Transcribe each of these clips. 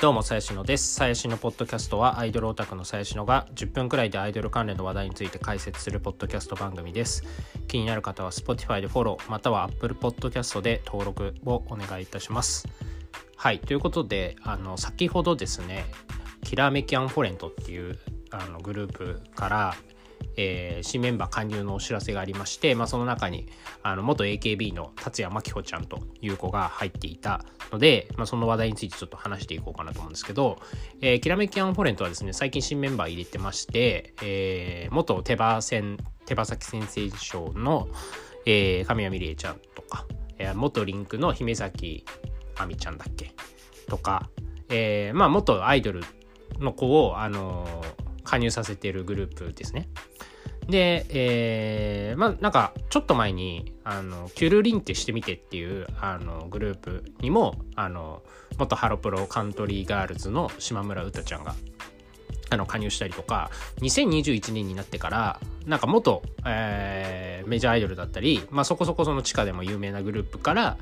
どうもさやしのです。さやしのポッドキャストはアイドルオタクのさやしのが10分くらいでアイドル関連の話題について解説するポッドキャスト番組です。気になる方は Spotify でフォローまたは Apple Podcast で登録をお願いいたします。はい、ということで先ほどですね、キラーメキャンフォレントっていうグループから新メンバー加入のお知らせがありまして、その中に元 AKB の達也真紀子ちゃんという子が入っていたので、その話題についてちょっと話していこうかなと思うんですけど、キラメキャンフォレントはですね、最近新メンバー入れてまして、元手羽先先生賞の、神谷美玲ちゃんとか、元リンクの姫崎亜美ちゃんだっけとか、元アイドルの子を加入させているグループですね。で、なんかちょっと前にキュルリンってしてみてっていうグループにも元ハロプロカントリーガールズの島村うたちゃんが加入したりとか、2021年になってからなんか元、メジャーアイドルだったり、そこそこその地下でも有名なグループから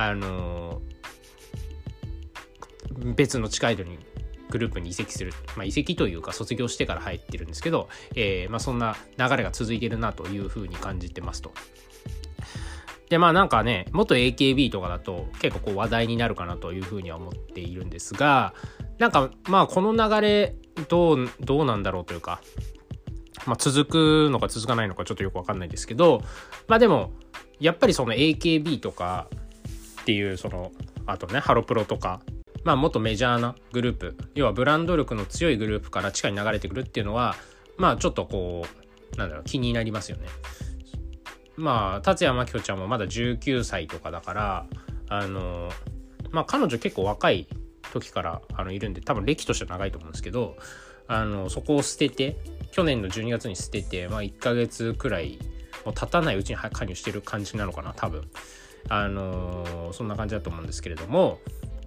別の地下アイドルにグループに移籍する、移籍というか卒業してから入ってるんですけど、そんな流れが続いてるなというふうに感じてますと。でなんかね、元 AKB とかだと結構話題になるかなというふうには思っているんですが、なんかこの流れどうなんだろうというか、続くのか続かないのかちょっとよくわかんないですけど、でもやっぱりその AKB とかっていうあとねハロプロとか元メジャーなグループ、要はブランド力の強いグループから地下に流れてくるっていうのはちょっと気になりますよね。達也真紀子ちゃんもまだ19歳とかだから彼女結構若い時からいるんで、多分歴としては長いと思うんですけど、そこを捨てて去年の12月に捨てて1ヶ月くらいもう経たないうちに加入してる感じなのかな、多分そんな感じだと思うんですけれども、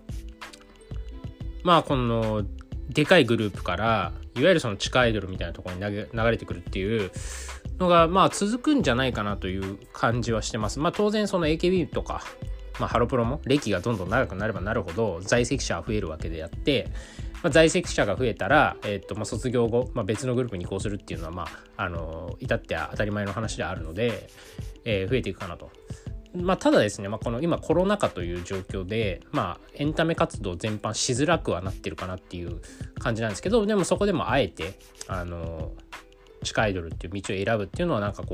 このでかいグループからいわゆるその地下アイドルみたいなところに流れてくるっていうのが続くんじゃないかなという感じはしてます。当然その AKB とか、ハロプロも歴がどんどん長くなればなるほど在籍者は増えるわけであって、在籍者が増えたら、卒業後、別のグループに移行するっていうのは至って当たり前の話であるので、増えていくかなと。ただですね、この今コロナ禍という状況で、エンタメ活動全般しづらくはなってるかなっていう感じなんですけど、でもそこでもあえて地下アイドルっていう道を選ぶっていうのはなんか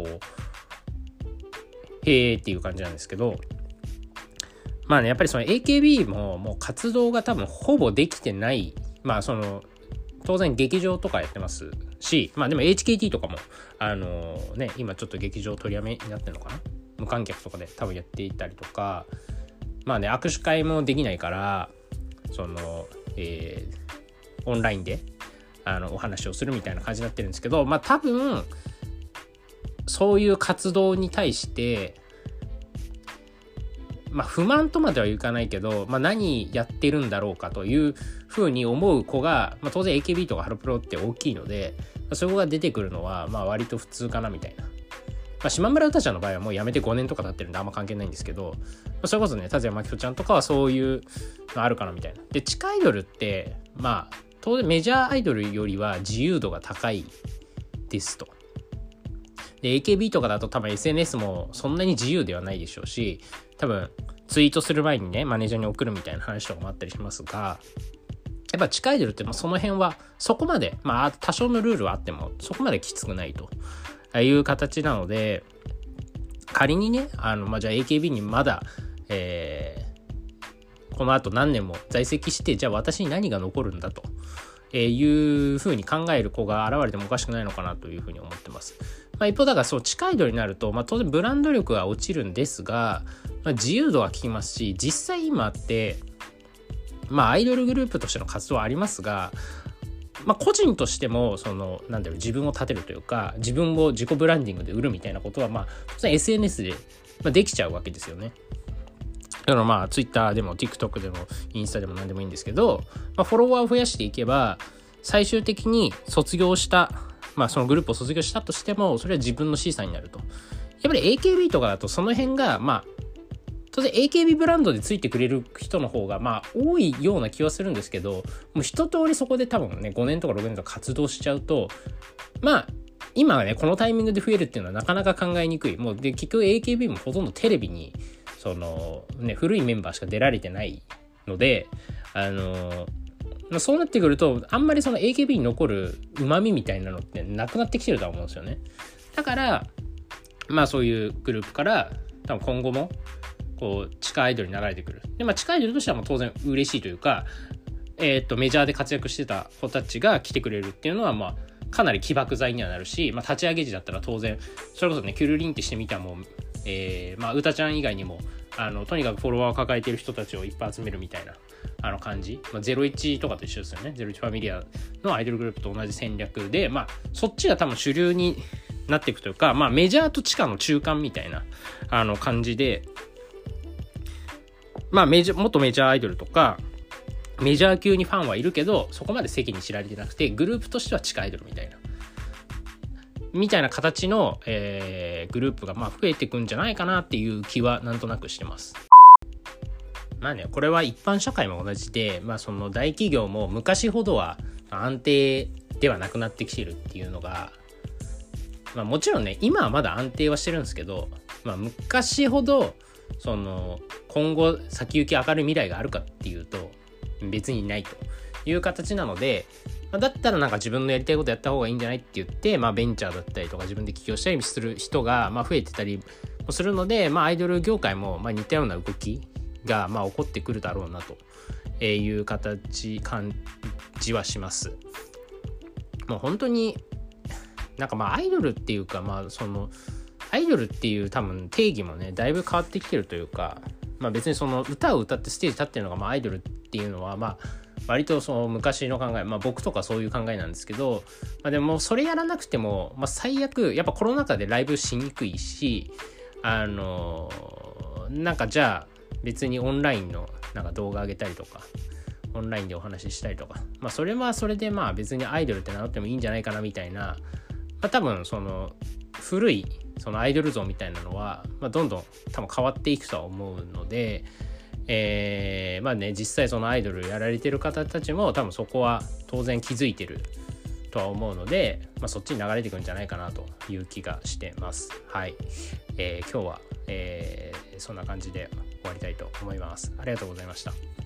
へーっていう感じなんですけど、やっぱりその AKB もう活動が多分ほぼできてない、当然劇場とかやってますし、でも HKT とかも今ちょっと劇場取りやめになってるのかな、無観客とかで多分やっていたりとか、握手会もできないからオンラインでお話をするみたいな感じになってるんですけど、多分そういう活動に対して不満とまではいかないけど、何やってるんだろうかというふうに思う子が、当然 AKB とかハロプロって大きいので、そこが出てくるのは割と普通かなみたいな。島村うたちゃんの場合はもう辞めて5年とか経ってるんであんま関係ないんですけど、それこそね達也真紀子ちゃんとかはそういうのあるかなみたいな。で地下アイドルって当然メジャーアイドルよりは自由度が高いですと。で AKB とかだと多分 SNS もそんなに自由ではないでしょうし、多分ツイートする前にねマネージャーに送るみたいな話とかもあったりしますが、やっぱ地下アイドルってその辺はそこまで多少のルールはあってもそこまできつくないという形なので、仮にねじゃあ AKB にまだ、この後何年も在籍して、じゃあ私に何が残るんだというふうに考える子が現れてもおかしくないのかなというふうに思ってます。一方だからそう地下アイドルになると、当然ブランド力は落ちるんですが、自由度は効きますし、実際今ってアイドルグループとしての活動はありますが、個人としても自分を立てるというか、自分を自己ブランディングで売るみたいなことは当然 SNS で、できちゃうわけですよね。だからTwitter でも TikTok でもインスタでも何でもいいんですけど、フォロワーを増やしていけば最終的に卒業したそのグループを卒業したとしてもそれは自分の資産になると。やっぱり AKB とかだとその辺が当然 AKB ブランドでついてくれる人の方がまあ多いような気はするんですけど、もう一通りそこで多分ね5年とか6年とか活動しちゃうと、まあ今はねこのタイミングで増えるっていうのはなかなか考えにくい。もうで結局 AKB もほとんどテレビにそのね古いメンバーしか出られてないので、そうなってくるとあんまりその AKB に残る旨味みたいなのってなくなってきてるとは思うんですよね。だからまあそういうグループから多分今後もこう地下アイドルに流れてくる。でまあ地下アイドルとしてはもう当然嬉しいというか、メジャーで活躍してた子たちが来てくれるっていうのはまあかなり起爆剤にはなるし、まあ、立ち上げ時だったら当然それこそねキュルリンってしてみたもまあうたちゃん以外にもとにかくフォロワーを抱えてる人たちをいっぱい集めるみたいな感じ、まあ、01とかと一緒ですよね。01ファミリアのアイドルグループと同じ戦略で、まあそっちが多分主流になっていくというか、まあメジャーと地下の中間みたいな感じで、まあ元メジャーアイドルとかメジャー級にファンはいるけどそこまで世間に知られてなくて、グループとしては地下アイドルみたいな形の、グループがまあ増えていくんじゃないかなっていう気はなんとなくしてます。まあね、これは一般社会も同じで、まあその大企業も昔ほどは安定ではなくなってきてるっていうのが、まあもちろんね今はまだ安定はしてるんですけど、まあ昔ほどその今後先行き明るい未来があるかっていうと別にないという形なので、だったらなんか自分のやりたいことやった方がいいんじゃないって言って、まあベンチャーだったりとか自分で起業したりする人がまあ増えてたりもするので、まあアイドル業界もまあ似たような動きがまあ起こってくるだろうなという感じはします。もう本当になんかまあアイドルっていうか、まあそのアイドルっていう多分定義もねだいぶ変わってきてるというか、まあ別にその歌を歌ってステージ立ってるのがまあアイドルっていうのはまあ割とその昔の考え、まあ僕とかそういう考えなんですけど、まあでもそれやらなくても、まあ最悪やっぱコロナ禍でライブしにくいし、なんかじゃあ別にオンラインのなんか動画上げたりとか、オンラインでお話ししたりとか、まあそれはそれでまあ別にアイドルって名乗ってもいいんじゃないかなみたいな、まあ多分その古いそのアイドル像みたいなのは、まあ、どんどん多分変わっていくとは思うので、まあね実際そのアイドルやられてる方たちも多分そこは当然気づいてるとは思うので、まあ、そっちに流れていくんじゃないかなという気がしてます。はい、今日は、そんな感じで終わりたいと思います。ありがとうございました。